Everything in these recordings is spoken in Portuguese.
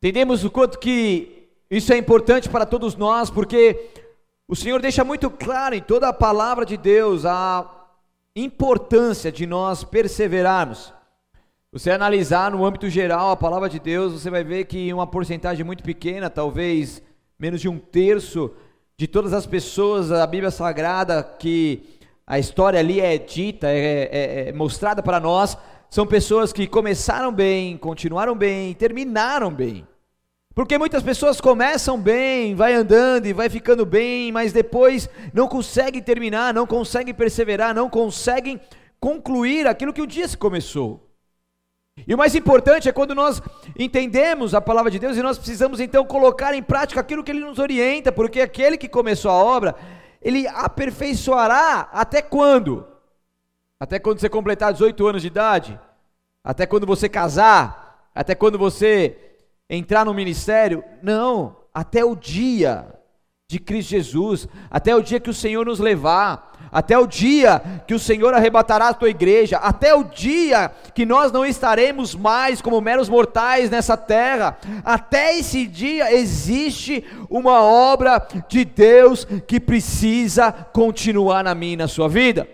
Entendemos o quanto que isso é importante para todos nós, porque o Senhor deixa muito claro em toda a palavra de Deus a importância de nós perseverarmos. Você analisar no âmbito geral a palavra de Deus, você vai ver que uma porcentagem muito pequena, talvez menos de 1/3 de todas as pessoas da Bíblia Sagrada, que a história ali é dita, é mostrada para nós, são pessoas que começaram bem, continuaram bem e terminaram bem. Porque muitas pessoas começam bem, vai andando e vai ficando bem, mas depois não conseguem terminar, não conseguem perseverar, não conseguem concluir aquilo que um dia se começou. E o mais importante é quando nós entendemos a palavra de Deus e nós precisamos então colocar em prática aquilo que Ele nos orienta, porque aquele que começou a obra, Ele aperfeiçoará até quando? Até quando você completar 18 anos de idade? Até quando você casar? Até quando você entrar no ministério? Não, até o dia de Cristo Jesus, até o dia que o Senhor nos levar, até o dia que o Senhor arrebatará a tua igreja, até o dia que nós não estaremos mais como meros mortais nessa terra, até esse dia existe uma obra de Deus que precisa continuar na minha e na sua vida.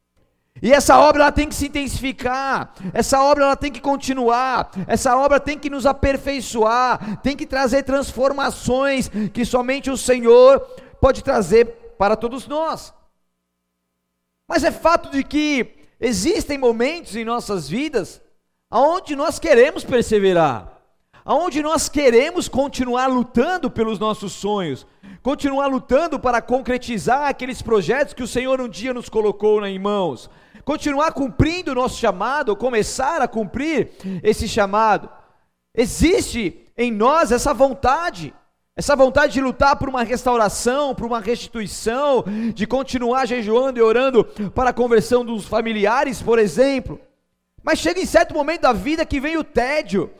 E essa obra ela tem que se intensificar, essa obra ela tem que continuar, essa obra tem que nos aperfeiçoar, tem que trazer transformações que somente o Senhor pode trazer para todos nós. Mas é fato de que existem momentos em nossas vidas onde nós queremos perseverar, onde nós queremos continuar lutando pelos nossos sonhos, continuar lutando para concretizar aqueles projetos que o Senhor um dia nos colocou em mãos, continuar cumprindo o nosso chamado, começar a cumprir esse chamado. Existe em nós essa vontade de lutar por uma restauração, por uma restituição, de continuar jejuando e orando para a conversão dos familiares, por exemplo. Mas chega em certo momento da vida que vem o tédio,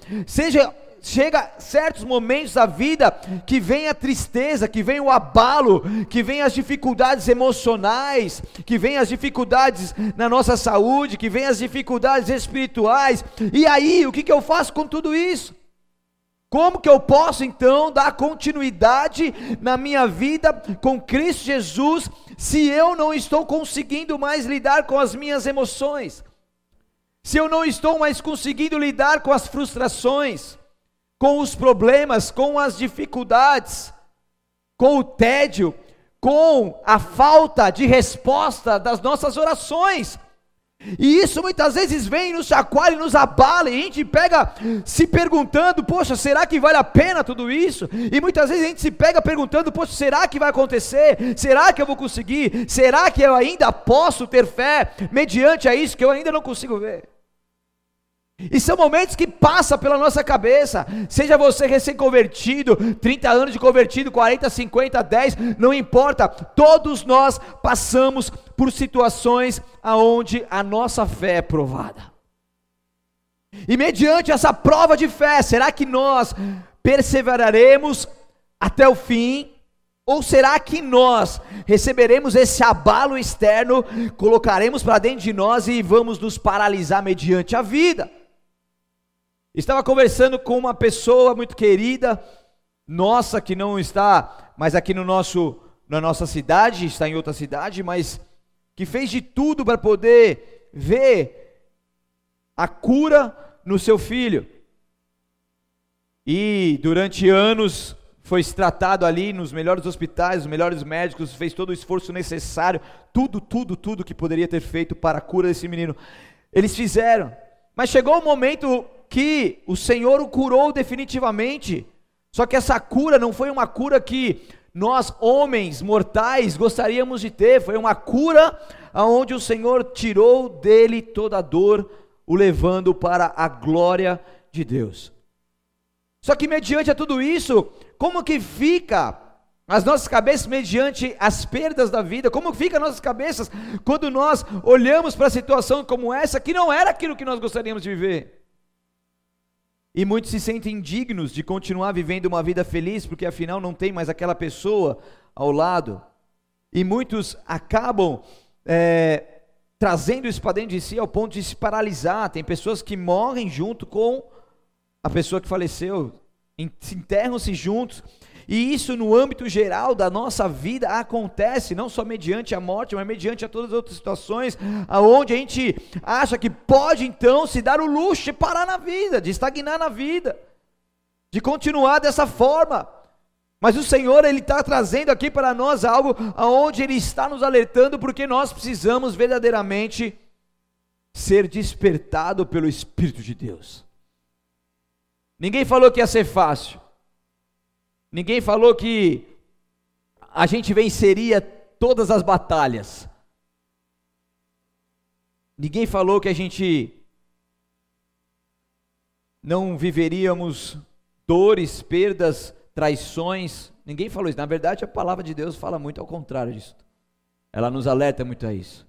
chega certos momentos da vida que vem a tristeza, que vem o abalo, que vem as dificuldades emocionais, que vem as dificuldades na nossa saúde, que vem as dificuldades espirituais. E aí, o que eu faço com tudo isso? Como que eu posso então dar continuidade na minha vida com Cristo Jesus, se eu não estou conseguindo mais lidar com as minhas emoções? Se eu não estou mais conseguindo lidar com as frustrações, com os problemas, com as dificuldades, com o tédio, com a falta de resposta das nossas orações. E isso muitas vezes vem, nos chacoalha e nos abala, e a gente pega se perguntando, poxa, será que vale a pena tudo isso? E muitas vezes a gente se pega perguntando, poxa, será que vai acontecer? Será que eu vou conseguir? Será que eu ainda posso ter fé mediante a isso que eu ainda não consigo ver? E são momentos que passam pela nossa cabeça, seja você recém-convertido, 30 anos de convertido, 40, 50, 10, não importa, todos nós passamos por situações onde a nossa fé é provada. E mediante essa prova de fé, será que nós perseveraremos até o fim? Ou será que nós receberemos esse abalo externo, colocaremos para dentro de nós e vamos nos paralisar mediante a vida? Estava conversando com uma pessoa muito querida, nossa, que não está mais aqui na nossa cidade, está em outra cidade, mas que fez de tudo para poder ver a cura no seu filho. E durante anos foi tratado ali nos melhores hospitais, os melhores médicos, fez todo o esforço necessário, tudo que poderia ter feito para a cura desse menino. Eles fizeram, mas chegou o momento que o Senhor o curou definitivamente, só que essa cura não foi uma cura que nós homens mortais gostaríamos de ter, foi uma cura onde o Senhor tirou dele toda a dor, o levando para a glória de Deus. Só que mediante a tudo isso, como que fica as nossas cabeças mediante as perdas da vida? Como fica as nossas cabeças quando nós olhamos para a situação como essa, que não era aquilo que nós gostaríamos de viver? E muitos se sentem indignos de continuar vivendo uma vida feliz, porque afinal não tem mais aquela pessoa ao lado. E muitos acabam trazendo isso para dentro de si ao ponto de se paralisar. Tem pessoas que morrem junto com a pessoa que faleceu. enterram-se juntos. E isso no âmbito geral da nossa vida acontece, não só mediante a morte, mas mediante a todas as outras situações, aonde a gente acha que pode então se dar o luxo de parar na vida, de estagnar na vida, de continuar dessa forma. Mas o Senhor, Ele está trazendo aqui para nós algo aonde Ele está nos alertando, porque nós precisamos verdadeiramente ser despertado pelo Espírito de Deus. Ninguém falou que ia ser fácil. Ninguém falou que a gente venceria todas as batalhas. Ninguém falou que a gente não viveríamos dores, perdas, traições. Ninguém falou isso. Na verdade, a palavra de Deus fala muito ao contrário disso. Ela nos alerta muito a isso.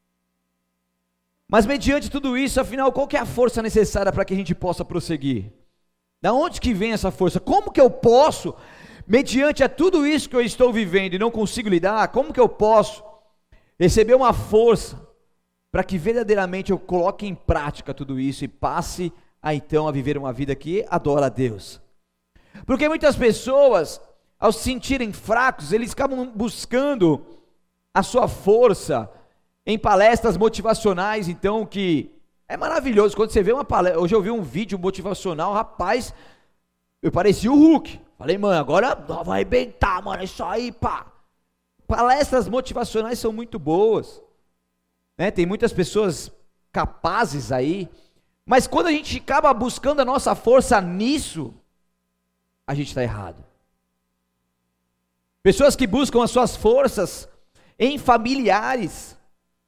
Mas mediante tudo isso, afinal, qual que é a força necessária para que a gente possa prosseguir? Da onde que vem essa força? Como que eu posso, mediante a tudo isso que eu estou vivendo e não consigo lidar, como que eu posso receber uma força para que verdadeiramente eu coloque em prática tudo isso e passe então a viver uma vida que adora a Deus? Porque muitas pessoas, ao se sentirem fracos, eles acabam buscando a sua força em palestras motivacionais, então, que é maravilhoso. Quando você vê uma palestra, hoje eu vi um vídeo motivacional, rapaz, eu parecia o Hulk. Falei, mano, agora vai arrebentar, mano, isso aí, pá. Palestras motivacionais são muito boas, né? Tem muitas pessoas capazes aí, mas quando a gente acaba buscando a nossa força nisso, a gente está errado. Pessoas que buscam as suas forças em familiares,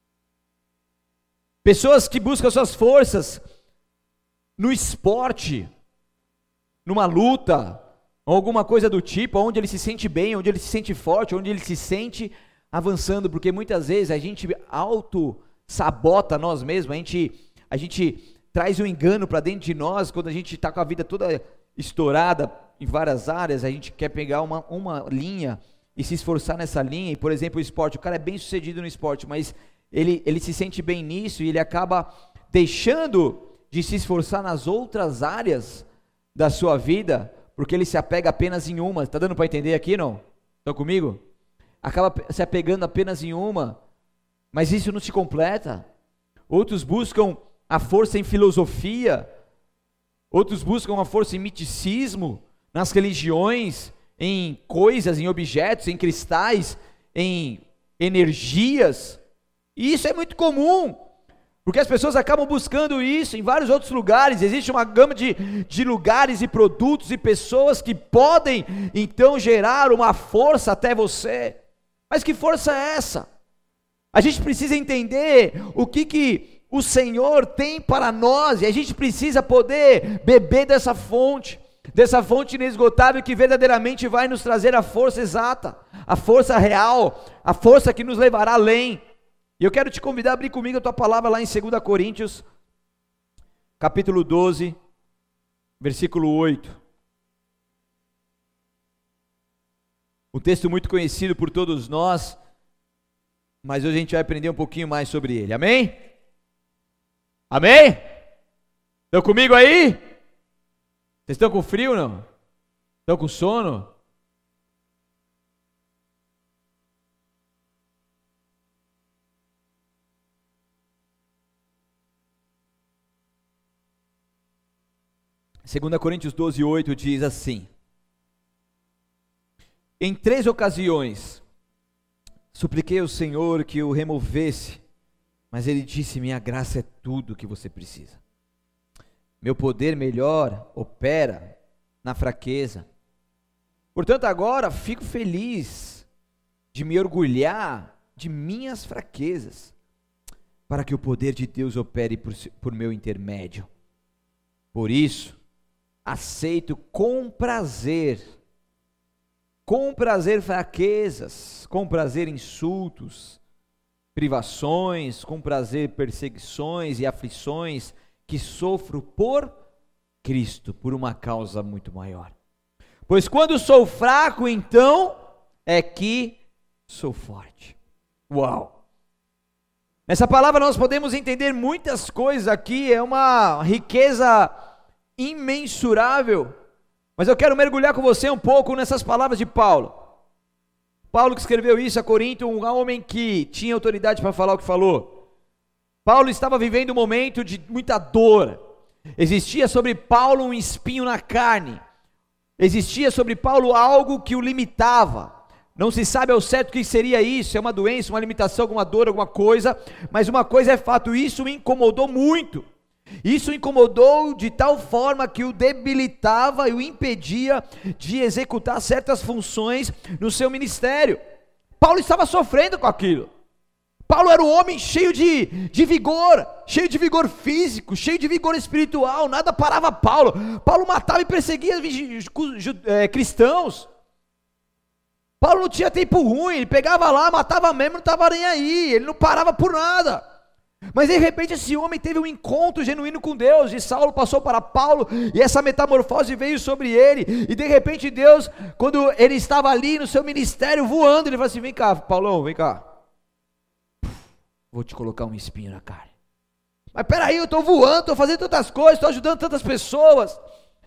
pessoas que buscam as suas forças no esporte, numa luta, ou alguma coisa do tipo, onde ele se sente bem, onde ele se sente forte, onde ele se sente avançando, porque muitas vezes a gente auto-sabota nós mesmos, a gente traz um engano para dentro de nós, quando a gente está com a vida toda estourada em várias áreas, a gente quer pegar uma linha e se esforçar nessa linha, e por exemplo o esporte, o cara é bem sucedido no esporte, mas ele se sente bem nisso, e ele acaba deixando de se esforçar nas outras áreas da sua vida, porque ele se apega apenas em uma. Está dando para entender aqui, não? Estão comigo? Acaba se apegando apenas em uma, mas isso não se completa. Outros buscam a força em filosofia, outros buscam a força em miticismo, nas religiões, em coisas, em objetos, em cristais, em energias, e isso é muito comum, porque as pessoas acabam buscando isso em vários outros lugares. Existe uma gama de lugares e produtos e pessoas que podem então gerar uma força até você. Mas que força é essa? A gente precisa entender o que o Senhor tem para nós, e a gente precisa poder beber dessa fonte inesgotável, que verdadeiramente vai nos trazer a força exata, a força real, a força que nos levará além. E eu quero te convidar a abrir comigo a tua palavra lá em 2 Coríntios, capítulo 12, versículo 8. Um texto muito conhecido por todos nós, mas hoje a gente vai aprender um pouquinho mais sobre ele, amém? Amém? Estão comigo aí? Vocês estão com frio, não? Estão com sono? Segunda Coríntios 12, 8 diz assim: em 3 ocasiões supliquei ao Senhor que o removesse, mas Ele disse: minha graça é tudo o que você precisa. Meu poder melhor opera na fraqueza. Portanto, agora fico feliz de me orgulhar de minhas fraquezas, para que o poder de Deus opere por meu intermédio. Por isso, aceito com prazer fraquezas, com prazer insultos, privações, com prazer perseguições e aflições que sofro por Cristo, por uma causa muito maior. Pois quando sou fraco, então é que sou forte. Uau! Nessa palavra nós podemos entender muitas coisas aqui, é uma riqueza imensurável Mas eu quero mergulhar com você um pouco nessas palavras de Paulo. Paulo que escreveu isso a Corinto, um homem que tinha autoridade para falar o que falou. Paulo estava vivendo um momento de muita dor. Existia sobre Paulo um espinho na carne. Existia sobre Paulo algo que o limitava. Não se sabe ao certo o que seria isso, é uma doença, uma limitação, alguma dor, alguma coisa, mas uma coisa é fato, isso o incomodou muito. Isso o incomodou de tal forma que o debilitava e o impedia de executar certas funções no seu ministério. Paulo estava sofrendo com aquilo. Paulo era um homem cheio de vigor físico, cheio de vigor espiritual, nada parava Paulo. Paulo matava e perseguia cristãos. Paulo não tinha tempo ruim, ele pegava lá, matava mesmo, não estava nem aí, ele não parava por nada. Mas de repente esse homem teve um encontro genuíno com Deus, e Saulo passou para Paulo, e essa metamorfose veio sobre ele, e de repente Deus, quando ele estava ali no seu ministério voando, ele falou assim: vem cá, Paulão, vem cá, vou te colocar um espinho na carne. Mas peraí, eu estou voando, estou fazendo tantas coisas, estou ajudando tantas pessoas,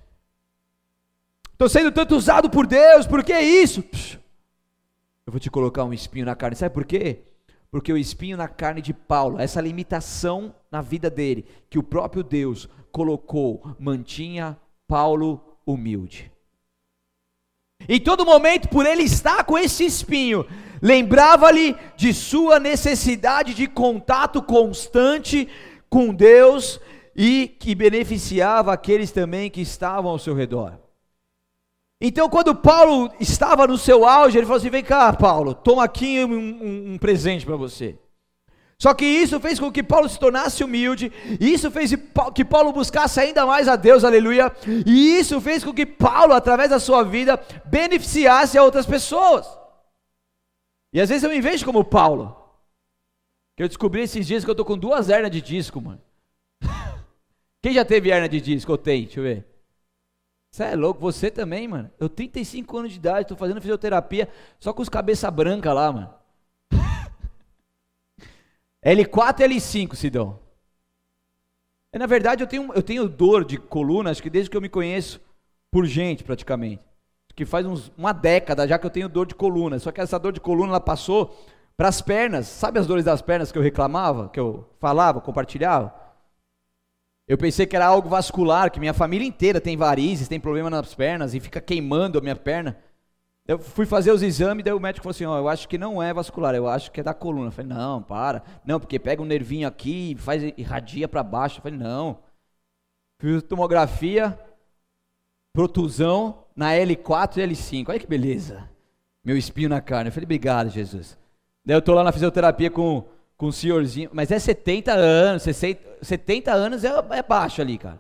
estou sendo tanto usado por Deus, por que isso? Eu vou te colocar um espinho na carne, sabe por quê? Porque o espinho na carne de Paulo, essa limitação na vida dele, que o próprio Deus colocou, mantinha Paulo humilde. Em todo momento, por ele estar com esse espinho, lembrava-lhe de sua necessidade de contato constante com Deus, e que beneficiava aqueles também que estavam ao seu redor. Então quando Paulo estava no seu auge, ele falou assim: vem cá, Paulo, toma aqui um presente para você. Só que isso fez com que Paulo se tornasse humilde, e isso fez que Paulo buscasse ainda mais a Deus, aleluia, e isso fez com que Paulo, através da sua vida, beneficiasse a outras pessoas. E às vezes eu me vejo como Paulo, que eu descobri esses dias que eu estou com 2 hérnias de disco, mano. Quem já teve hérnia de disco? Eu tenho, deixa eu ver. Você é louco, você também, mano. Eu 35 anos de idade, estou fazendo fisioterapia, só com os cabeça branca lá, mano. L4 e L5, Sidão. Na verdade, eu tenho dor de coluna, acho que desde que eu me conheço por gente, praticamente. Acho que faz uma década já que eu tenho dor de coluna. Só que essa dor de coluna, ela passou para as pernas. Sabe as dores das pernas que eu reclamava, que eu falava, compartilhava? Eu pensei que era algo vascular, que minha família inteira tem varizes, tem problema nas pernas e fica queimando a minha perna. Eu fui fazer os exames, daí o médico falou assim: ó, eu acho que não é vascular, eu acho que é da coluna. Eu falei: não, para, não, porque pega um nervinho aqui e irradia para baixo. Eu falei: não. Fiz tomografia, protusão na L4 e L5, olha que beleza, meu espinho na carne. Eu falei: obrigado, Jesus. Daí eu estou lá na fisioterapia com um senhorzinho, mas é 70 anos, 70 anos é baixo ali, cara.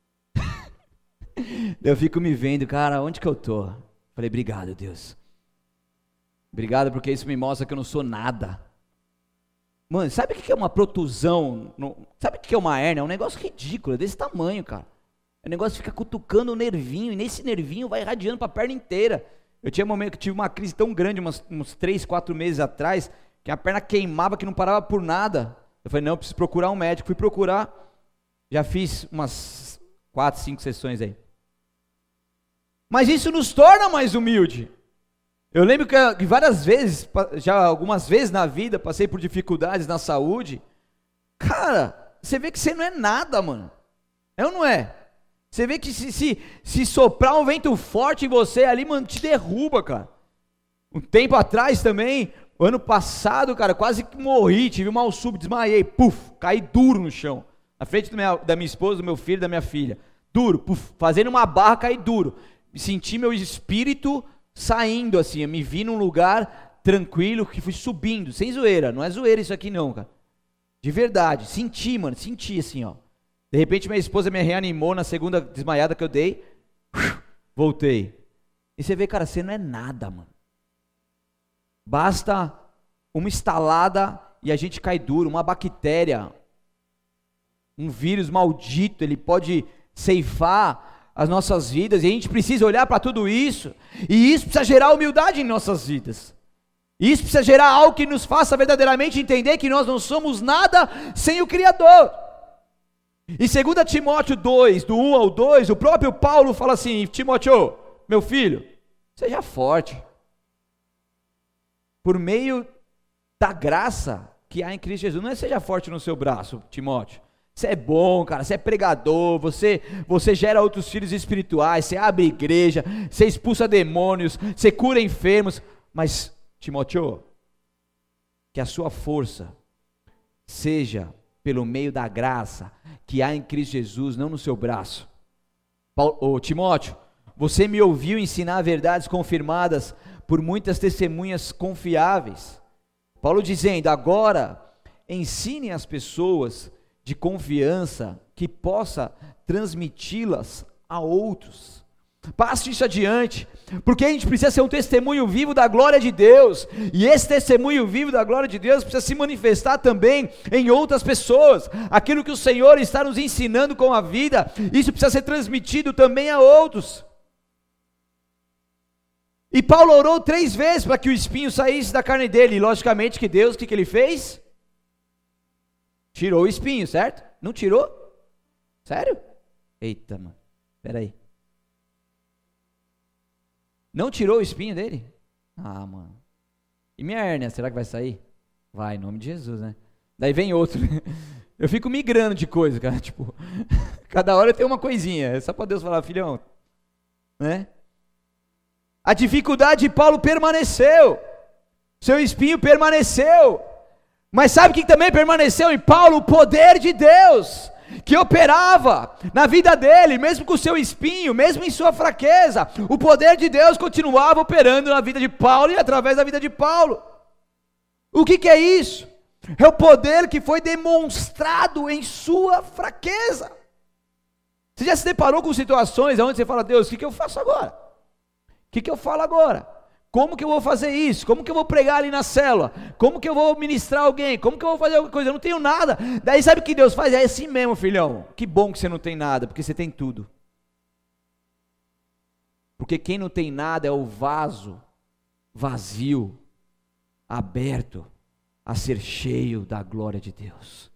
Eu fico me vendo, cara, onde que eu tô? Falei: obrigado, Deus. Obrigado, porque isso me mostra que eu não sou nada. Mano, sabe o que é uma protusão? Sabe o que é uma hérnia? É um negócio ridículo, é desse tamanho, cara. O negócio fica cutucando o nervinho, e nesse nervinho vai irradiando para a perna inteira. Eu tinha um momento que tive uma crise tão grande, uns 3, 4 meses atrás, que a perna queimava, que não parava por nada. Eu falei: não, eu preciso procurar um médico. Fui procurar, já fiz umas 4, 5 sessões aí. Mas isso nos torna mais humilde. Eu lembro que várias vezes, já algumas vezes na vida, passei por dificuldades na saúde. Cara, você vê que você não é nada, mano. É ou não é? Você vê que se soprar um vento forte em você ali, mano, te derruba, cara. Um tempo atrás também, ano passado, cara, quase que morri, tive um mal súbito, desmaiei, caí duro no chão, na frente da minha esposa, do meu filho, da minha filha, duro, fazendo uma barra, caí duro, senti meu espírito saindo assim, eu me vi num lugar tranquilo, que fui subindo, sem zoeira, não é zoeira isso aqui não, cara, de verdade, senti, mano, senti assim, ó, de repente minha esposa me reanimou na segunda desmaiada que eu dei, voltei, e você vê, cara, você não é nada, mano. Basta uma estalada e a gente cai duro, uma bactéria, um vírus maldito, ele pode ceifar as nossas vidas, e a gente precisa olhar para tudo isso, e isso precisa gerar humildade em nossas vidas, isso precisa gerar algo que nos faça verdadeiramente entender que nós não somos nada sem o Criador. Em 2 Timóteo 2, do 1 ao 2, o próprio Paulo fala assim: Timóteo, meu filho, seja forte. Por meio da graça que há em Cristo Jesus. Não é seja forte no seu braço, Timóteo. Você é bom, cara, você é pregador, você gera outros filhos espirituais, você abre igreja, você expulsa demônios, você cura enfermos. Mas, Timóteo, que a sua força seja pelo meio da graça que há em Cristo Jesus, não no seu braço. Timóteo, você me ouviu ensinar verdades confirmadas por muitas testemunhas confiáveis. Paulo dizendo, agora ensine as pessoas de confiança que possa transmiti-las a outros. Passe isso adiante, porque a gente precisa ser um testemunho vivo da glória de Deus, e esse testemunho vivo da glória de Deus precisa se manifestar também em outras pessoas. Aquilo que o Senhor está nos ensinando com a vida, isso precisa ser transmitido também a outros. E Paulo orou 3 vezes para que o espinho saísse da carne dele, e logicamente que Deus, o que ele fez? Tirou o espinho, certo? Não tirou? Sério? Eita, mano, peraí. Não tirou o espinho dele? Ah, mano. E minha hérnia, será que vai sair? Vai, em nome de Jesus, né? Daí vem outro. Eu fico migrando de coisa, cara. Tipo, cada hora tem uma coisinha. É só para Deus falar, filhão. Né? A dificuldade de Paulo permaneceu. Seu espinho permaneceu. Mas sabe o que também permaneceu em Paulo? O poder de Deus, que operava na vida dele, mesmo com o seu espinho, mesmo em sua fraqueza, o poder de Deus continuava operando na vida de Paulo e através da vida de Paulo. O que é isso? É o poder que foi demonstrado em sua fraqueza. Você já se deparou com situações onde você fala, Deus, o que eu faço agora? O que eu falo agora? Como que eu vou fazer isso? Como que eu vou pregar ali na célula? Como que eu vou ministrar alguém? Como que eu vou fazer alguma coisa? Eu não tenho nada. Daí sabe o que Deus faz? É assim mesmo, filhão. Que bom que você não tem nada, porque você tem tudo. Porque quem não tem nada é o vaso vazio, aberto a ser cheio da glória de Deus.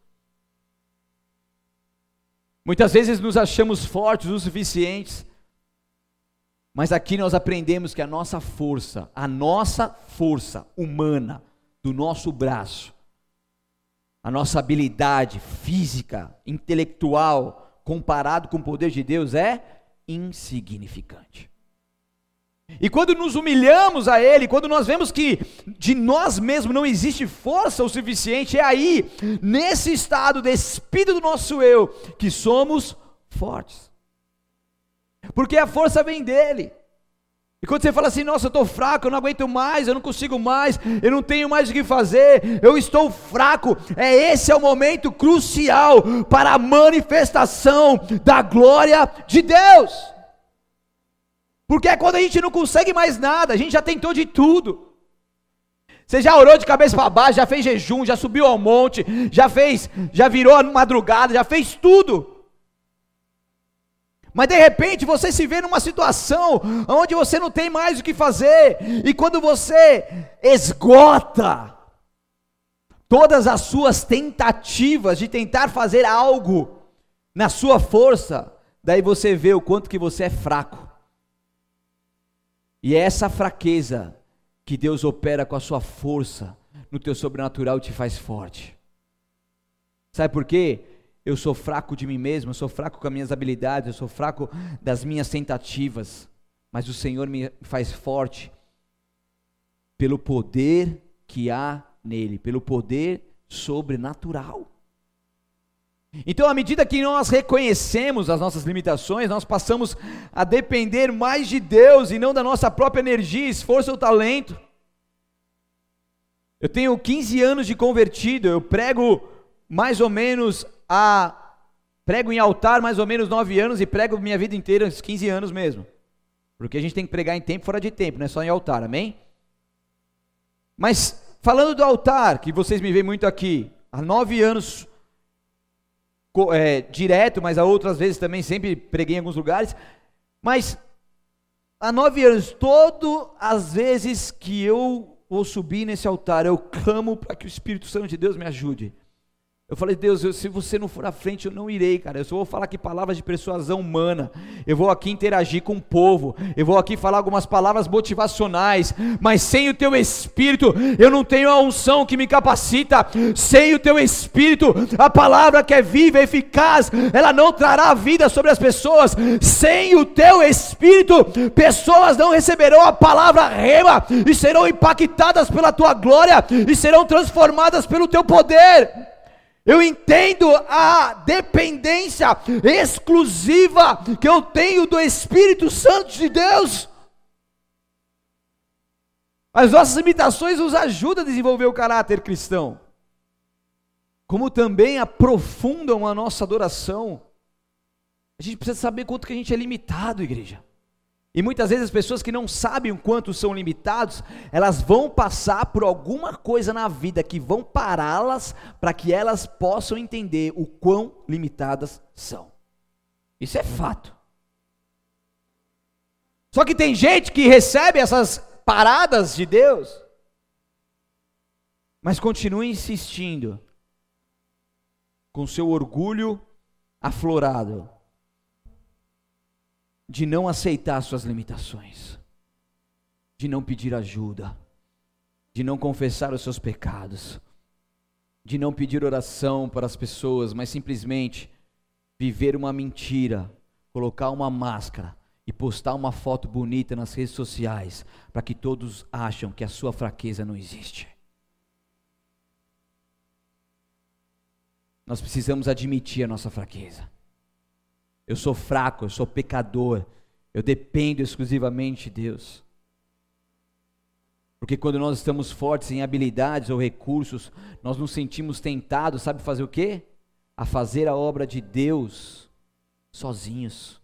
Muitas vezes nos achamos fortes o suficientes, mas aqui nós aprendemos que a nossa força humana, do nosso braço, a nossa habilidade física, intelectual, comparado com o poder de Deus, é insignificante. E quando nos humilhamos a Ele, quando nós vemos que de nós mesmos não existe força o suficiente, é aí, nesse estado despido do nosso eu, que somos fortes. Porque a força vem dele. E quando você fala assim, nossa, eu estou fraco, eu não aguento mais, eu não consigo mais, eu não tenho mais o que fazer, eu estou fraco, esse é o momento crucial para a manifestação da glória de Deus. Porque é quando a gente não consegue mais nada, a gente já tentou de tudo. Você já orou de cabeça para baixo, já fez jejum, já subiu ao monte, já virou a madrugada, já fez tudo. Mas de repente você se vê numa situação onde você não tem mais o que fazer, e quando você esgota todas as suas tentativas de tentar fazer algo na sua força, daí você vê o quanto que você é fraco. E é essa fraqueza que Deus opera com a sua força no teu sobrenatural e te faz forte. Sabe por quê? Eu sou fraco de mim mesmo, eu sou fraco com as minhas habilidades, eu sou fraco das minhas tentativas, mas o Senhor me faz forte pelo poder que há nele, pelo poder sobrenatural. Então, à medida que nós reconhecemos as nossas limitações, nós passamos a depender mais de Deus e não da nossa própria energia, esforço ou talento. Eu tenho 15 anos de convertido, eu prego mais ou menos prego em altar mais ou menos 9 anos e prego minha vida inteira uns 15 anos mesmo, porque a gente tem que pregar em tempo e fora de tempo, não é só em altar, amém? Mas falando do altar, que vocês me veem muito aqui, há 9 anos direto, mas há outras vezes também sempre preguei em alguns lugares, mas há 9 anos, todas as vezes que eu vou subir nesse altar, eu clamo para que o Espírito Santo de Deus me ajude. Eu falei, Deus, se você não for à frente, eu não irei, cara. Eu só vou falar aqui palavras de persuasão humana. Eu vou aqui interagir com o povo. Eu vou aqui falar algumas palavras motivacionais. Mas sem o teu Espírito, eu não tenho a unção que me capacita. Sem o teu Espírito, a palavra que é viva e eficaz, ela não trará vida sobre as pessoas. Sem o teu Espírito, pessoas não receberão a palavra rema e serão impactadas pela tua glória e serão transformadas pelo teu poder. Eu entendo a dependência exclusiva que eu tenho do Espírito Santo de Deus. As nossas limitações nos ajudam a desenvolver o caráter cristão, como também aprofundam a nossa adoração. A gente precisa saber quanto que a gente é limitado, igreja. E muitas vezes as pessoas que não sabem o quanto são limitados, elas vão passar por alguma coisa na vida que vão pará-las para que elas possam entender o quão limitadas são. Isso é fato. Só que tem gente que recebe essas paradas de Deus, mas continua insistindo com seu orgulho aflorado de não aceitar suas limitações, de não pedir ajuda, de não confessar os seus pecados, de não pedir oração para as pessoas, mas simplesmente viver uma mentira, colocar uma máscara e postar uma foto bonita nas redes sociais, para que todos acham que a sua fraqueza não existe. Nós precisamos admitir a nossa fraqueza. Eu sou fraco, eu sou pecador, eu dependo exclusivamente de Deus. Porque quando nós estamos fortes em habilidades ou recursos, nós nos sentimos tentados, sabe fazer o quê? A fazer a obra de Deus sozinhos.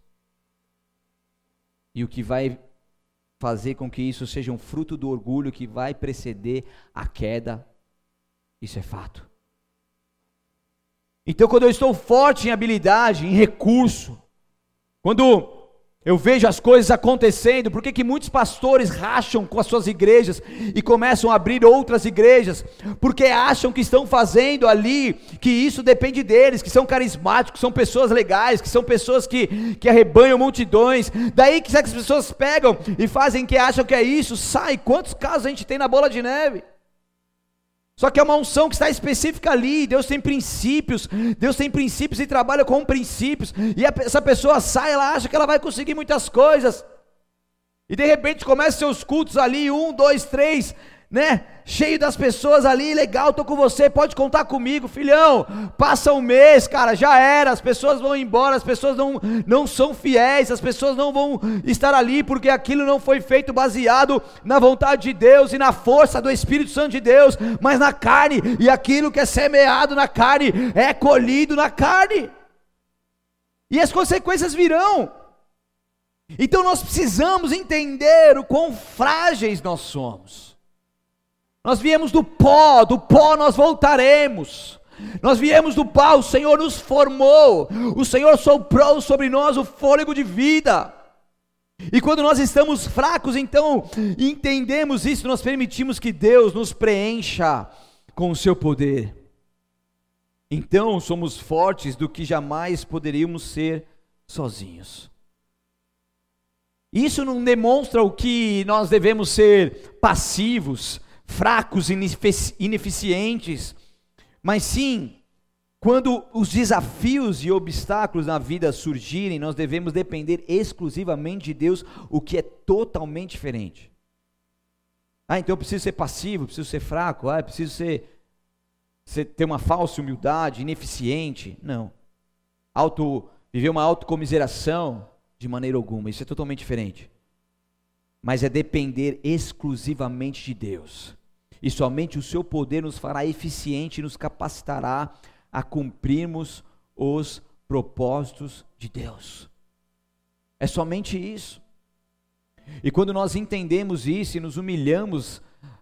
E o que vai fazer com que isso seja um fruto do orgulho que vai preceder a queda, isso é fato. Então, quando eu estou forte em habilidade, em recurso, quando eu vejo as coisas acontecendo, por que muitos pastores racham com as suas igrejas e começam a abrir outras igrejas? Porque acham que estão fazendo ali, que isso depende deles, que são carismáticos, que são pessoas legais, que são pessoas que arrebanham multidões. Daí que as pessoas pegam e fazem que acham que é isso, sai. Quantos casos a gente tem na bola de neve? Só que é uma unção que está específica ali. Deus tem princípios e trabalha com princípios, e essa pessoa sai, ela acha que ela vai conseguir muitas coisas, e de repente começa seus cultos ali, 1, 2, 3, né, cheio das pessoas ali, legal, estou com você, pode contar comigo, filhão, passa um mês, cara, já era, as pessoas vão embora, as pessoas não são fiéis, as pessoas não vão estar ali, porque aquilo não foi feito baseado na vontade de Deus e na força do Espírito Santo de Deus, mas na carne, e aquilo que é semeado na carne, é colhido na carne, e as consequências virão. Então nós precisamos entender o quão frágeis nós somos. Nós viemos do pó nós voltaremos. Nós viemos do pó, o Senhor nos formou, o Senhor soprou sobre nós o fôlego de vida. E quando nós estamos fracos, então entendemos isso, nós permitimos que Deus nos preencha com o seu poder. Então somos fortes do que jamais poderíamos ser sozinhos. Isso não demonstra o que nós devemos ser passivos, fracos, ineficientes, mas sim, quando os desafios e obstáculos na vida surgirem, nós devemos depender exclusivamente de Deus, o que é totalmente diferente. Então eu preciso ser passivo, preciso ser fraco, eu preciso ter uma falsa humildade, ineficiente. Não. Viver uma autocomiseração, de maneira alguma, isso é totalmente diferente. Mas é depender exclusivamente de Deus, e somente o seu poder nos fará eficiente e nos capacitará a cumprirmos os propósitos de Deus. É somente isso. E quando nós entendemos isso e nos humilhamos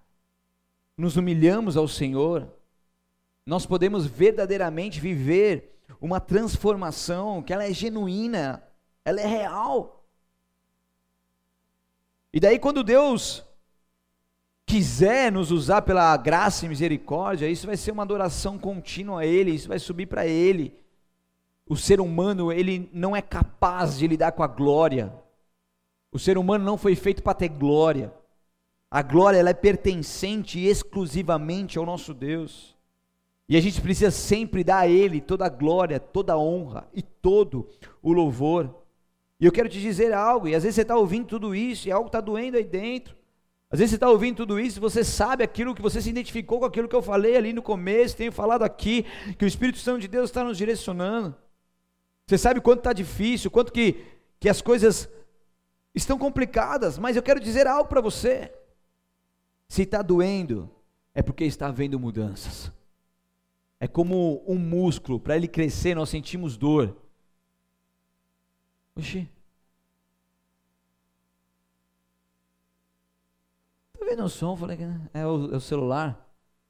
ao Senhor, nós podemos verdadeiramente viver uma transformação que ela é genuína, ela é real. E daí quando Deus quiser nos usar pela graça e misericórdia, isso vai ser uma adoração contínua a Ele, isso vai subir para Ele. O ser humano, ele não é capaz de lidar com a glória. O ser humano não foi feito para ter glória. A glória, ela é pertencente exclusivamente ao nosso Deus. E a gente precisa sempre dar a Ele toda a glória, toda a honra e todo o louvor. E eu quero te dizer algo, e às vezes você está ouvindo tudo isso, e algo está doendo aí dentro. Às vezes você está ouvindo tudo isso, e você sabe aquilo que você se identificou com aquilo que eu falei ali no começo, tenho falado aqui, que o Espírito Santo de Deus está nos direcionando. Você sabe quanto está difícil, quanto que as coisas estão complicadas, mas eu quero dizer algo para você. Se está doendo, é porque está havendo mudanças. É como um músculo, para ele crescer nós sentimos dor. Oxi. Tá vendo o som? Falei que é o celular.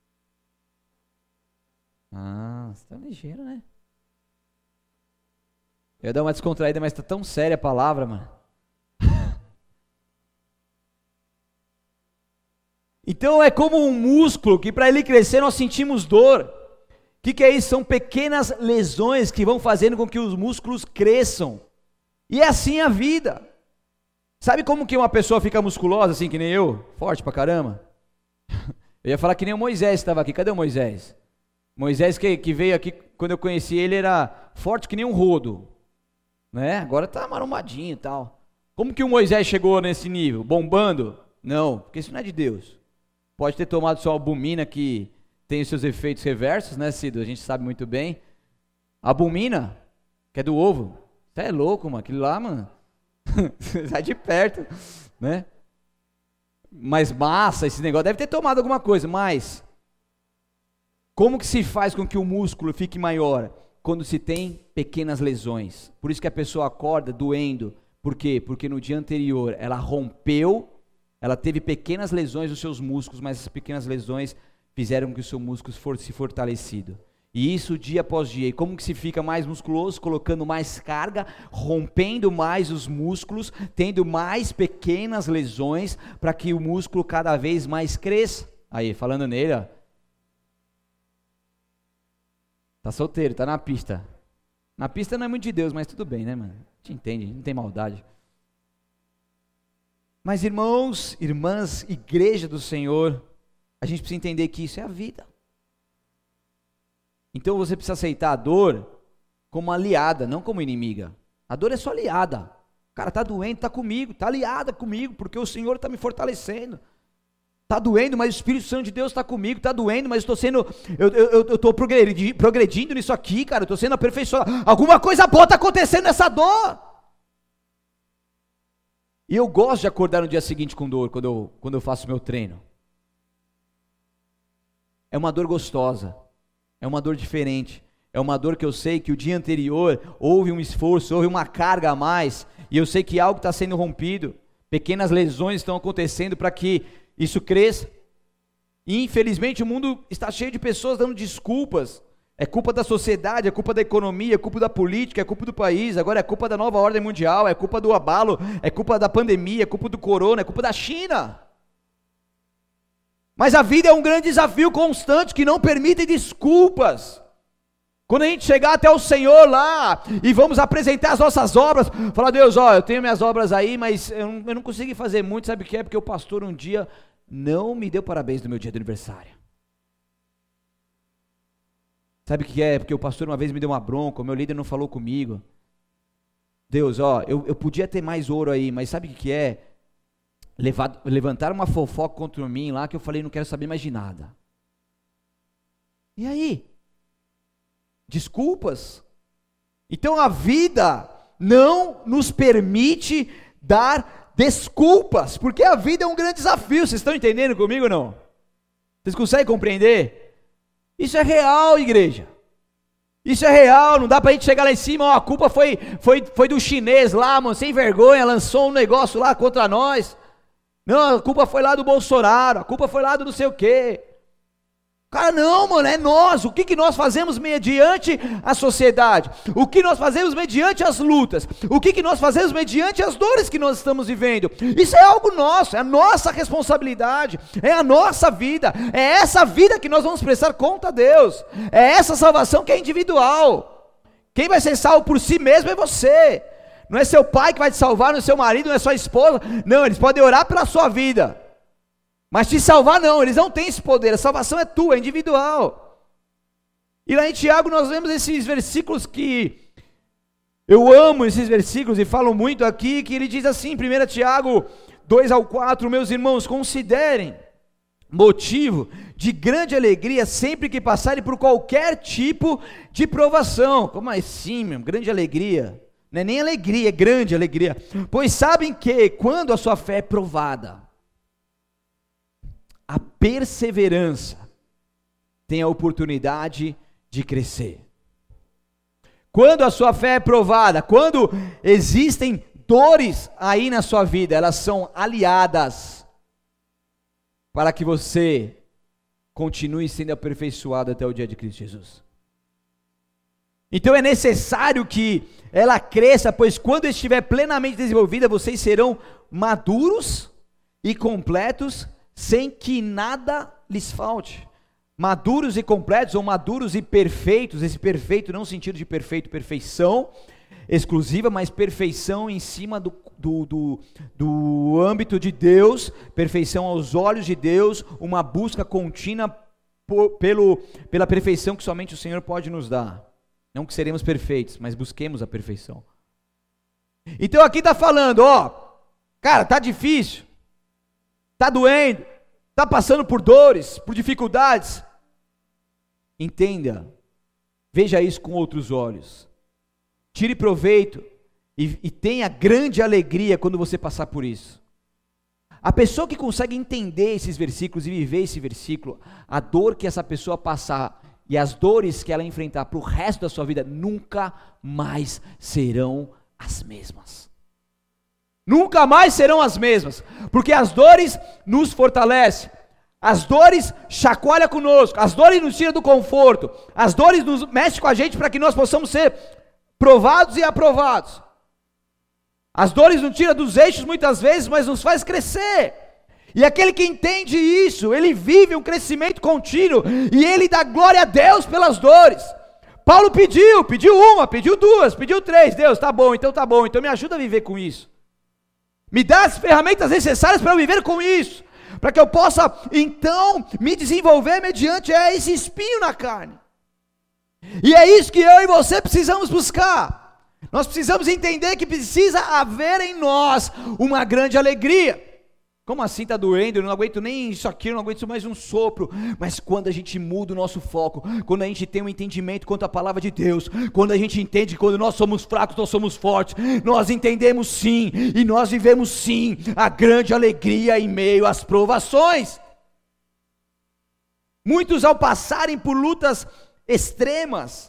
Ah, você tá ligeiro, né? Eu ia dar uma descontraída, mas tá tão séria a palavra, mano. Então é como um músculo que para ele crescer nós sentimos dor. O que é isso? São pequenas lesões que vão fazendo com que os músculos cresçam. E é assim a vida. Sabe como que uma pessoa fica musculosa, assim que nem eu? Forte pra caramba. Eu ia falar que nem o Moisés estava aqui. Cadê o Moisés? Moisés que veio aqui, quando eu conheci ele, era forte que nem um rodo. Né? Agora tá marombadinho e tal. Como que o Moisés chegou nesse nível? Bombando? Não, porque isso não é de Deus. Pode ter tomado sua albumina, que tem os seus efeitos reversos, né, Cido? A gente sabe muito bem. Albumina, que é do ovo. Você é louco, mano. Aquilo lá, mano. Sai de perto, né? Mas massa, esse negócio. Deve ter tomado alguma coisa, mas como que se faz com que o músculo fique maior? Quando se tem pequenas lesões. Por isso que a pessoa acorda doendo. Por quê? Porque no dia anterior ela rompeu, ela teve pequenas lesões nos seus músculos, mas essas pequenas lesões fizeram com que o seu músculo fosse fortalecido. E isso dia após dia. E como que se fica mais musculoso? Colocando mais carga, rompendo mais os músculos, tendo mais pequenas lesões, para que o músculo cada vez mais cresça. Aí, falando nele, ó. Tá solteiro, tá na pista. Na pista não é muito de Deus, mas tudo bem, né, mano? A gente entende, não tem maldade. Mas irmãos, irmãs, igreja do Senhor, a gente precisa entender que isso é a vida. Então você precisa aceitar a dor como aliada, não como inimiga. A dor é só aliada. O cara está doente, está comigo, está aliada comigo, porque o Senhor está me fortalecendo. Está doendo, mas o Espírito Santo de Deus está comigo. Está doendo, mas eu estou progredindo nisso aqui, cara. Eu estou sendo aperfeiçoado. Alguma coisa boa está acontecendo nessa dor. E eu gosto de acordar no dia seguinte com dor, quando eu faço meu treino. É uma dor gostosa. É uma dor diferente, é uma dor que eu sei que o dia anterior houve um esforço, houve uma carga a mais, e eu sei que algo está sendo rompido, pequenas lesões estão acontecendo para que isso cresça, e infelizmente o mundo está cheio de pessoas dando desculpas, é culpa da sociedade, é culpa da economia, é culpa da política, é culpa do país, agora é culpa da nova ordem mundial, é culpa do abalo, é culpa da pandemia, é culpa do corona, é culpa da China. Mas a vida é um grande desafio constante que não permite desculpas. Quando a gente chegar até o Senhor lá e vamos apresentar as nossas obras, falar: Deus, ó, eu tenho minhas obras aí, mas eu não consegui fazer muito, sabe o que é? Porque o pastor um dia não me deu parabéns no meu dia de aniversário. Sabe o que é? Porque o pastor uma vez me deu uma bronca, o meu líder não falou comigo. Deus, ó, eu podia ter mais ouro aí, mas sabe o que é? Levantaram uma fofoca contra mim lá, que eu falei: não quero saber mais de nada. E aí? Desculpas? Então a vida não nos permite dar desculpas, porque a vida é um grande desafio. Vocês estão entendendo comigo ou não? Vocês conseguem compreender? Isso é real, igreja. Isso é real, não dá pra gente chegar lá em cima: ó, a culpa foi do chinês lá, mano, sem vergonha, lançou um negócio lá contra nós. Não, a culpa foi lá do Bolsonaro, a culpa foi lá do não sei o quê. Cara, não, mano, é nós. O que nós fazemos mediante a sociedade? O que nós fazemos mediante as lutas? O que nós fazemos mediante as dores que nós estamos vivendo? Isso é algo nosso, é a nossa responsabilidade, é a nossa vida, é essa vida que nós vamos prestar conta a Deus, é essa salvação que é individual. Quem vai ser salvo por si mesmo é você. Não é seu pai que vai te salvar, não é seu marido, não é sua esposa. Não, eles podem orar pela sua vida, mas te salvar não, eles não têm esse poder. A salvação é tua, é individual. E lá em Tiago nós vemos esses versículos que eu amo, esses versículos, e falo muito aqui, que ele diz assim, 1 Tiago 2-4, meus irmãos, considerem motivo de grande alegria sempre que passarem por qualquer tipo de provação. Como assim, meu? Grande alegria? Não é nem alegria, é grande alegria. Pois sabem que quando a sua fé é provada, a perseverança tem a oportunidade de crescer. Quando a sua fé é provada, quando existem dores aí na sua vida, elas são aliadas para que você continue sendo aperfeiçoado até o dia de Cristo Jesus. Então é necessário que ela cresça, pois quando estiver plenamente desenvolvida, vocês serão maduros e completos, sem que nada lhes falte. Maduros e completos, ou maduros e perfeitos. Esse perfeito não no sentido de perfeito, perfeição exclusiva, mas perfeição em cima do âmbito de Deus, perfeição aos olhos de Deus, uma busca contínua pela perfeição que somente o Senhor pode nos dar. Não que seremos perfeitos, mas busquemos a perfeição. Então aqui está falando, cara, está difícil, está doendo, está passando por dores, por dificuldades. Entenda, veja isso com outros olhos. Tire proveito e tenha grande alegria quando você passar por isso. A pessoa que consegue entender esses versículos e viver esse versículo, a dor que essa pessoa passar e as dores que ela enfrentar para o resto da sua vida, nunca mais serão as mesmas. Nunca mais serão as mesmas, porque as dores nos fortalecem, as dores chacoalham conosco, as dores nos tiram do conforto, as dores nos mexem com a gente para que nós possamos ser provados e aprovados. As dores nos tiram dos eixos muitas vezes, mas nos faz crescer. E aquele que entende isso, ele vive um crescimento contínuo, e ele dá glória a Deus pelas dores. Paulo pediu uma, pediu duas, pediu três. Deus, tá bom, então me ajuda a viver com isso. Me dá as ferramentas necessárias para eu viver com isso, para que eu possa então me desenvolver mediante esse espinho na carne. E é isso que eu e você precisamos buscar. Nós precisamos entender que precisa haver em nós uma grande alegria. Como assim está doendo? Eu não aguento nem isso aqui, eu não aguento mais um sopro. Mas quando a gente muda o nosso foco, quando a gente tem um entendimento quanto à palavra de Deus, quando a gente entende que quando nós somos fracos, nós somos fortes, nós entendemos sim, e nós vivemos sim, a grande alegria em meio às provações. Muitos, ao passarem por lutas extremas,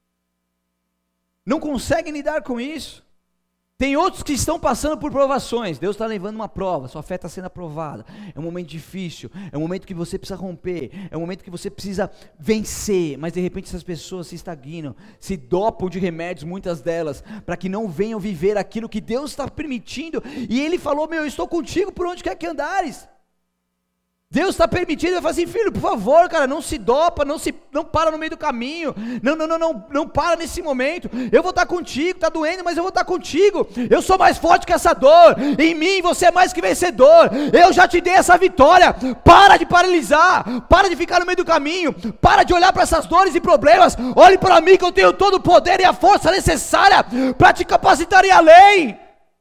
não conseguem lidar com isso. Tem outros que estão passando por provações. Deus está levando uma prova, sua fé está sendo aprovada. É um momento difícil, é um momento que você precisa romper, é um momento que você precisa vencer. Mas de repente essas pessoas se estagnam, se dopam de remédios, muitas delas, para que não venham viver aquilo que Deus está permitindo. E Ele falou, eu estou contigo por onde quer que andares. Deus está permitindo, ele vai falar assim, filho, por favor, cara, não se dopa, não para no meio do caminho, não para nesse momento, eu vou estar contigo, está doendo, mas eu vou estar contigo, eu sou mais forte que essa dor, em mim você é mais que vencedor, eu já te dei essa vitória, para de paralisar, para de ficar no meio do caminho, para de olhar para essas dores e problemas, olhe para mim que eu tenho todo o poder e a força necessária para te capacitar em além.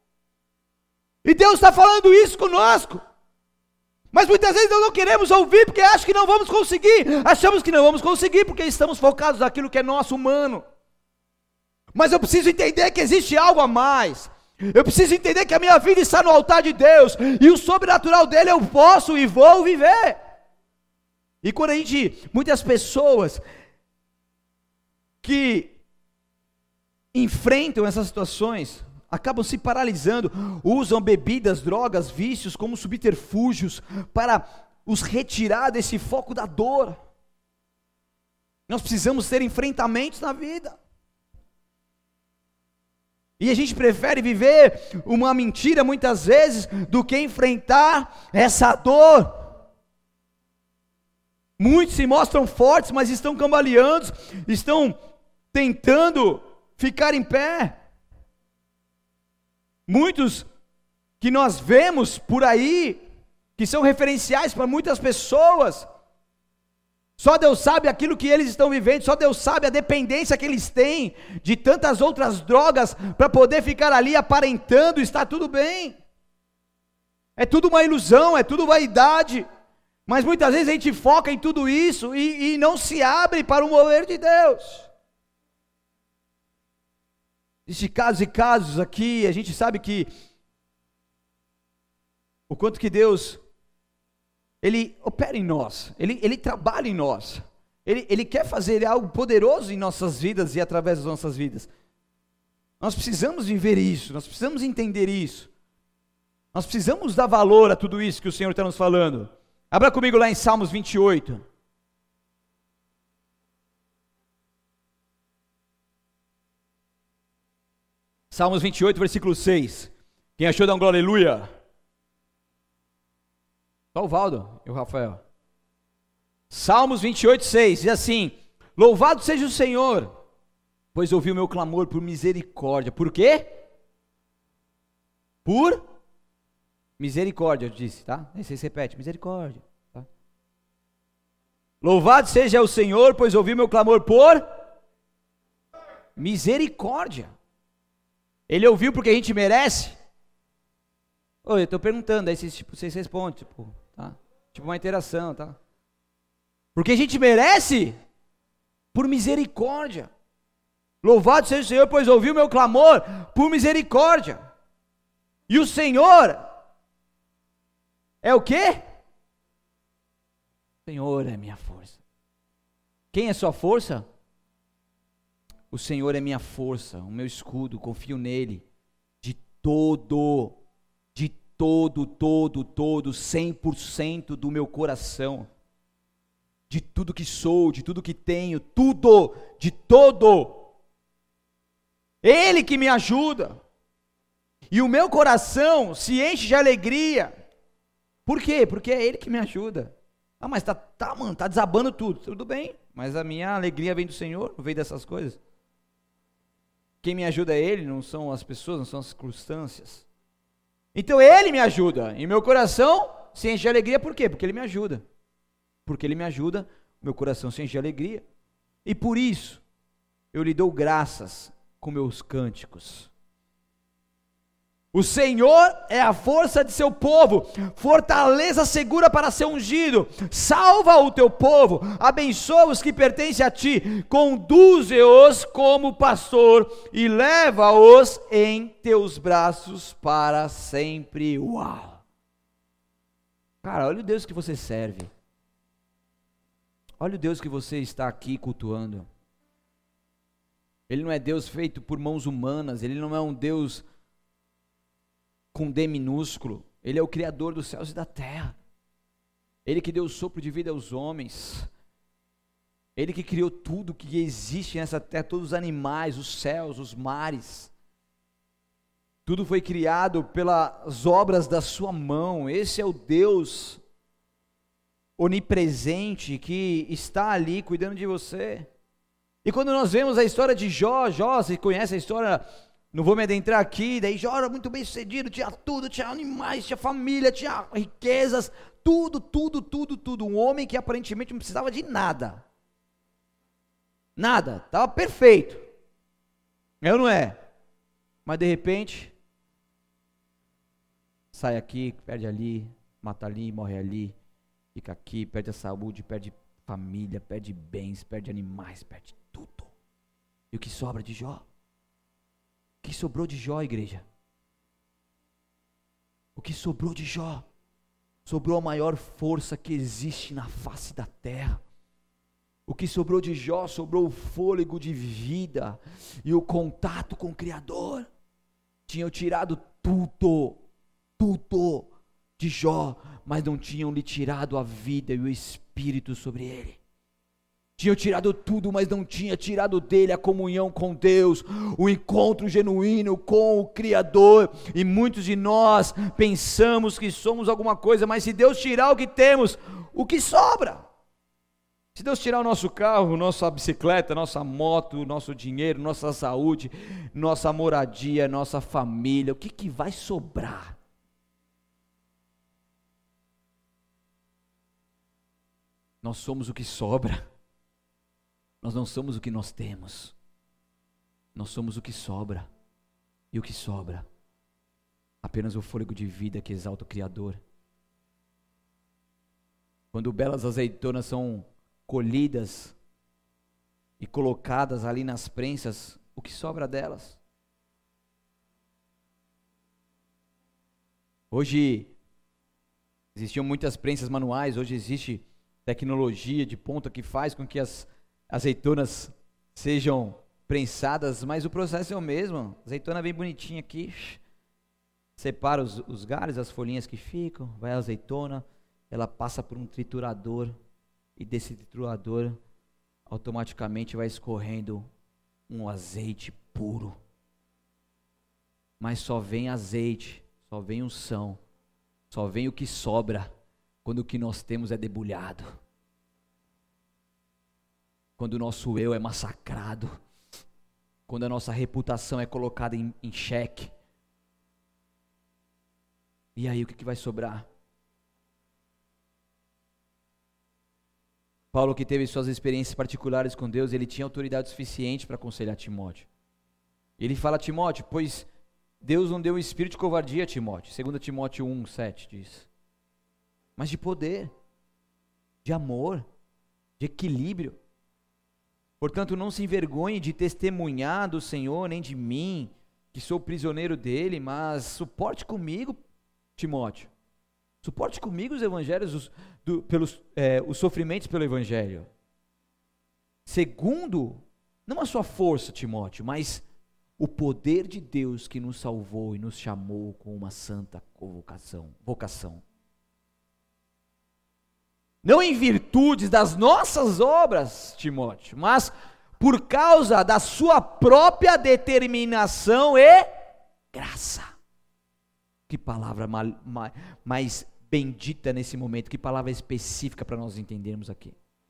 E Deus está falando isso conosco. Mas muitas vezes nós não queremos ouvir, porque achamos que não vamos conseguir, porque estamos focados naquilo que é nosso humano. Mas eu preciso entender que existe algo a mais, eu preciso entender que a minha vida está no altar de Deus, e o sobrenatural dele eu posso e vou viver. E quando muitas pessoas que enfrentam essas situações, acabam se paralisando, usam bebidas, drogas, vícios como subterfúgios para os retirar desse foco da dor. Nós precisamos ter enfrentamentos na vida. E a gente prefere viver uma mentira muitas vezes do que enfrentar essa dor. Muitos se mostram fortes, mas estão cambaleando, estão tentando ficar em pé. Muitos que nós vemos por aí, que são referenciais para muitas pessoas, só Deus sabe aquilo que eles estão vivendo, só Deus sabe a dependência que eles têm de tantas outras drogas para poder ficar ali aparentando estar tudo bem. É tudo uma ilusão, é tudo vaidade, mas muitas vezes a gente foca em tudo isso e não se abre para o mover de Deus. Existem casos e casos aqui, a gente sabe que o quanto que Deus, Ele opera em nós, Ele trabalha em nós, Ele quer fazer algo poderoso em nossas vidas e através das nossas vidas. Nós precisamos viver isso, nós precisamos entender isso, nós precisamos dar valor a tudo isso que o Senhor está nos falando. Abra comigo lá em Salmos 28. Salmos 28, versículo 6. Quem achou, dá um glória, aleluia. Só o Valdo e o Rafael. Salmos 28, 6, diz assim: louvado seja o Senhor, pois ouviu meu clamor por misericórdia. Por quê? Por misericórdia, eu disse, tá? Aí vocês repetem, misericórdia. Tá? Louvado seja o Senhor, pois ouviu meu clamor por misericórdia. Ele ouviu porque a gente merece? Eu estou perguntando, aí vocês respondem, tá? Tipo uma interação, tá? Porque a gente merece? Por misericórdia. Louvado seja o Senhor, pois ouviu meu clamor por misericórdia. E o Senhor é o quê? O Senhor é minha força. Quem é sua força? O Senhor é minha força, o meu escudo, confio nele, de todo, 100% do meu coração, de tudo que sou, de tudo que tenho, tudo, de todo, Ele que me ajuda, e o meu coração se enche de alegria. Por quê? Porque é Ele que me ajuda. Ah, mas mano, tá desabando tudo bem, mas a minha alegria vem do Senhor, não vem dessas coisas. Quem me ajuda é Ele, não são as pessoas, não são as circunstâncias. Então Ele me ajuda, e meu coração se enche de alegria. Por quê? Porque Ele me ajuda. Porque Ele me ajuda, meu coração se enche de alegria. E por isso, eu lhe dou graças com meus cânticos. O Senhor é a força de seu povo, fortaleza segura para ser ungido. Salva o teu povo, abençoa os que pertencem a ti, conduze-os como pastor e leva-os em teus braços para sempre. Uau! Cara, olha o Deus que você serve. Olha o Deus que você está aqui cultuando. Ele não é Deus feito por mãos humanas, Ele não é um Deus com D minúsculo. Ele é o Criador dos céus e da terra. Ele que deu o sopro de vida aos homens. Ele que criou tudo que existe nessa terra, todos os animais, os céus, os mares. Tudo foi criado pelas obras da sua mão. Esse é o Deus onipresente que está ali cuidando de você. E quando nós vemos a história de Jó, você conhece a história? Não vou me adentrar aqui. Daí Jó era muito bem sucedido, tinha tudo, tinha animais, tinha família, tinha riquezas, tudo. Um homem que aparentemente não precisava de nada. Nada, estava perfeito. Eu não é. Mas de repente, sai aqui, perde ali, mata ali, morre ali, fica aqui, perde a saúde, perde família, perde bens, perde animais, perde tudo. E o que sobra de Jó? O que sobrou de Jó, igreja? O que sobrou de Jó? Sobrou a maior força que existe na face da terra. O que sobrou de Jó? Sobrou o fôlego de vida e o contato com o Criador. Tinham tirado tudo de Jó, mas não tinham lhe tirado a vida e o espírito sobre ele. Tinham tirado tudo, mas não tinha tirado dele a comunhão com Deus, o encontro genuíno com o Criador. E muitos de nós pensamos que somos alguma coisa, mas se Deus tirar o que temos, o que sobra? Se Deus tirar o nosso carro, nossa bicicleta, nossa moto, nosso dinheiro, nossa saúde, nossa moradia, nossa família, o que vai sobrar? Nós somos o que sobra. Nós não somos o que nós temos. Nós somos o que sobra. E o que sobra? Apenas o fôlego de vida que exalta o Criador. Quando belas azeitonas são colhidas e colocadas ali nas prensas, o que sobra delas? Hoje existiam muitas prensas manuais, hoje existe tecnologia de ponta que faz com que as azeitonas sejam prensadas, mas o processo é o mesmo. A azeitona bem bonitinha aqui, separa os galhos, as folhinhas que ficam, vai a azeitona, ela passa por um triturador, e desse triturador automaticamente vai escorrendo um azeite puro. Mas só vem azeite, só vem unção, só vem o que sobra quando o que nós temos é debulhado. Quando o nosso eu é massacrado, quando a nossa reputação é colocada em xeque. E aí o que vai sobrar? Paulo, que teve suas experiências particulares com Deus, ele tinha autoridade suficiente para aconselhar Timóteo. Ele fala a Timóteo, pois Deus não deu um espírito de covardia a Timóteo. 2 Timóteo 1:7 diz. Mas de poder, de amor, de equilíbrio. Portanto, não se envergonhe de testemunhar do Senhor, nem de mim, que sou prisioneiro dele, mas suporte comigo, Timóteo. Suporte comigo os evangelhos, os sofrimentos pelo evangelho. Segundo, não a sua força, Timóteo, mas o poder de Deus que nos salvou e nos chamou com uma santa vocação. Não em virtudes das nossas obras, Timóteo, mas por causa da sua própria determinação e graça. Que palavra mais bendita nesse momento, que palavra específica para nós entendermos aqui.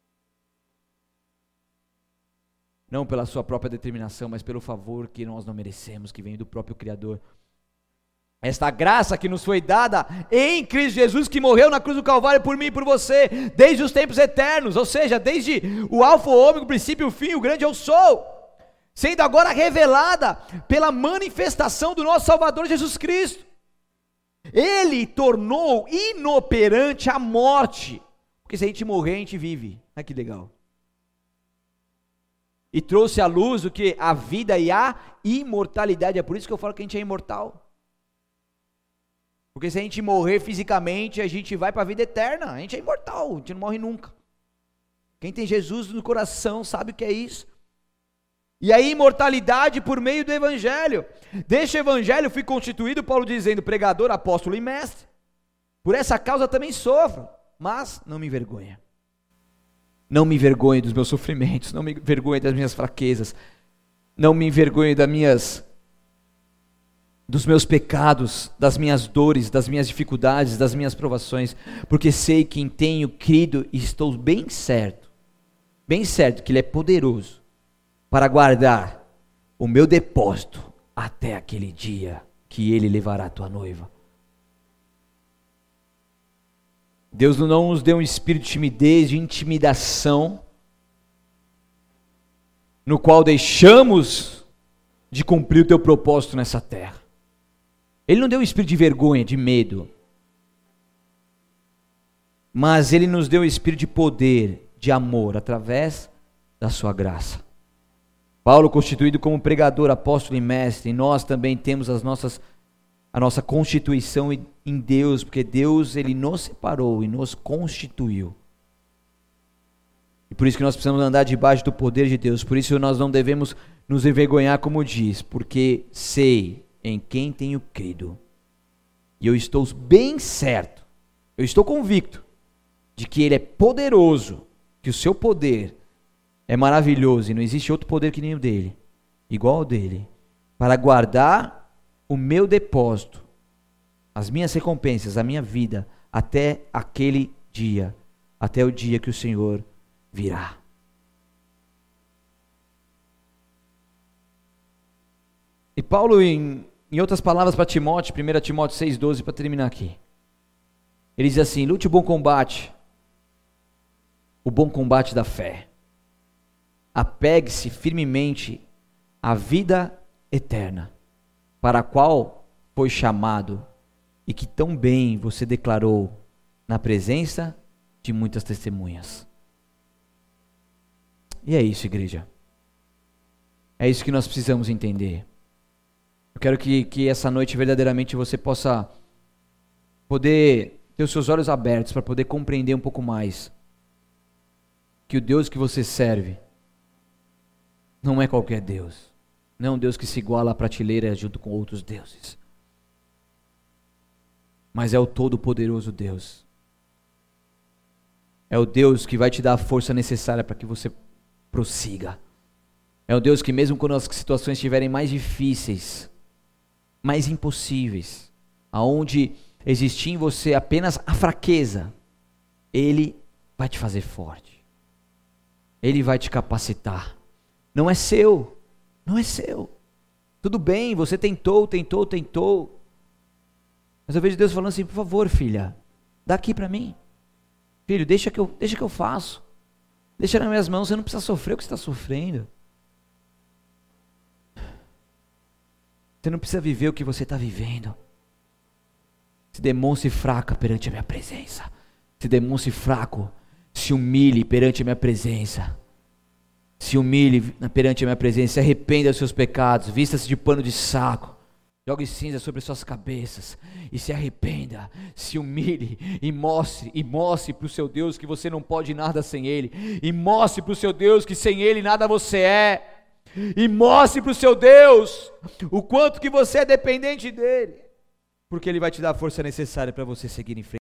Não pela sua própria determinação, mas pelo favor que nós não merecemos, que vem do próprio Criador. Esta graça que nos foi dada em Cristo Jesus, que morreu na cruz do Calvário por mim e por você, desde os tempos eternos, ou seja, desde o alfa, o ômega, o princípio e o fim, o grande eu sou, sendo agora revelada pela manifestação do nosso Salvador Jesus Cristo. Ele tornou inoperante a morte, porque se a gente morrer, a gente vive. Olha que legal. E trouxe à luz o que? A vida e a imortalidade. É por isso que eu falo que a gente é imortal. Porque se a gente morrer fisicamente, a gente vai para a vida eterna. A gente é imortal, a gente não morre nunca. Quem tem Jesus no coração sabe o que é isso. E a imortalidade por meio do Evangelho. Deste Evangelho fui constituído, Paulo dizendo, pregador, apóstolo e mestre. Por essa causa também sofro, mas não me envergonha. Não me envergonhe dos meus sofrimentos, não me envergonhe das minhas fraquezas, não me envergonhe dos meus pecados, das minhas dores, das minhas dificuldades, das minhas provações, porque sei que em tenho crido e estou bem certo que Ele é poderoso para guardar o meu depósito até aquele dia que Ele levará a tua noiva. Deus não nos deu um espírito de timidez, de intimidação, no qual deixamos de cumprir o teu propósito nessa terra. Ele não deu um espírito de vergonha, de medo, mas Ele nos deu um espírito de poder, de amor, através da sua graça. Paulo, constituído como pregador, apóstolo e mestre, e nós também temos a nossa constituição em Deus, porque Deus, Ele nos separou e nos constituiu. E por isso que nós precisamos andar debaixo do poder de Deus, por isso nós não devemos nos envergonhar, como diz, porque sei em quem tenho crido, e eu estou bem certo, eu estou convicto, de que Ele é poderoso, que o seu poder é maravilhoso e não existe outro poder que nem o dele, igual ao dele, para guardar o meu depósito, as minhas recompensas, a minha vida, até aquele dia, até o dia que o Senhor virá. E Paulo, em outras palavras para Timóteo, 1 Timóteo 6,12, para terminar aqui, ele diz assim: lute o bom combate da fé, apegue-se firmemente à vida eterna, para a qual foi chamado e que tão bem você declarou na presença de muitas testemunhas. E é isso, igreja. É isso que nós precisamos entender. Eu quero que essa noite verdadeiramente você possa poder ter os seus olhos abertos para poder compreender um pouco mais que o Deus que você serve não é qualquer Deus. Não é um Deus que se iguala à prateleira junto com outros deuses. Mas é o Todo-Poderoso Deus. É o Deus que vai te dar a força necessária para que você prossiga. É o Deus que mesmo quando as situações estiverem mais difíceis, mais impossíveis, aonde existir em você apenas a fraqueza, Ele vai te fazer forte. Ele vai te capacitar. Não é seu. Não é seu. Tudo bem, você tentou. Mas eu vejo Deus falando assim: por favor, filha, dá aqui para mim. Filho, deixa que eu faço. Deixa nas minhas mãos, você não precisa sofrer o que você está sofrendo. Você não precisa viver o que você está vivendo. Se demonstre fraca perante a minha presença. Se demonstre fraco. Se humilhe perante a minha presença. Se humilhe perante a minha presença. Se arrependa dos seus pecados. Vista-se de pano de saco. Jogue cinza sobre suas cabeças. E se arrependa. Se humilhe. E mostre para o seu Deus que você não pode nada sem Ele. E mostre para o seu Deus que sem Ele nada você é. E mostre para o seu Deus o quanto que você é dependente dEle. Porque Ele vai te dar a força necessária para você seguir em frente.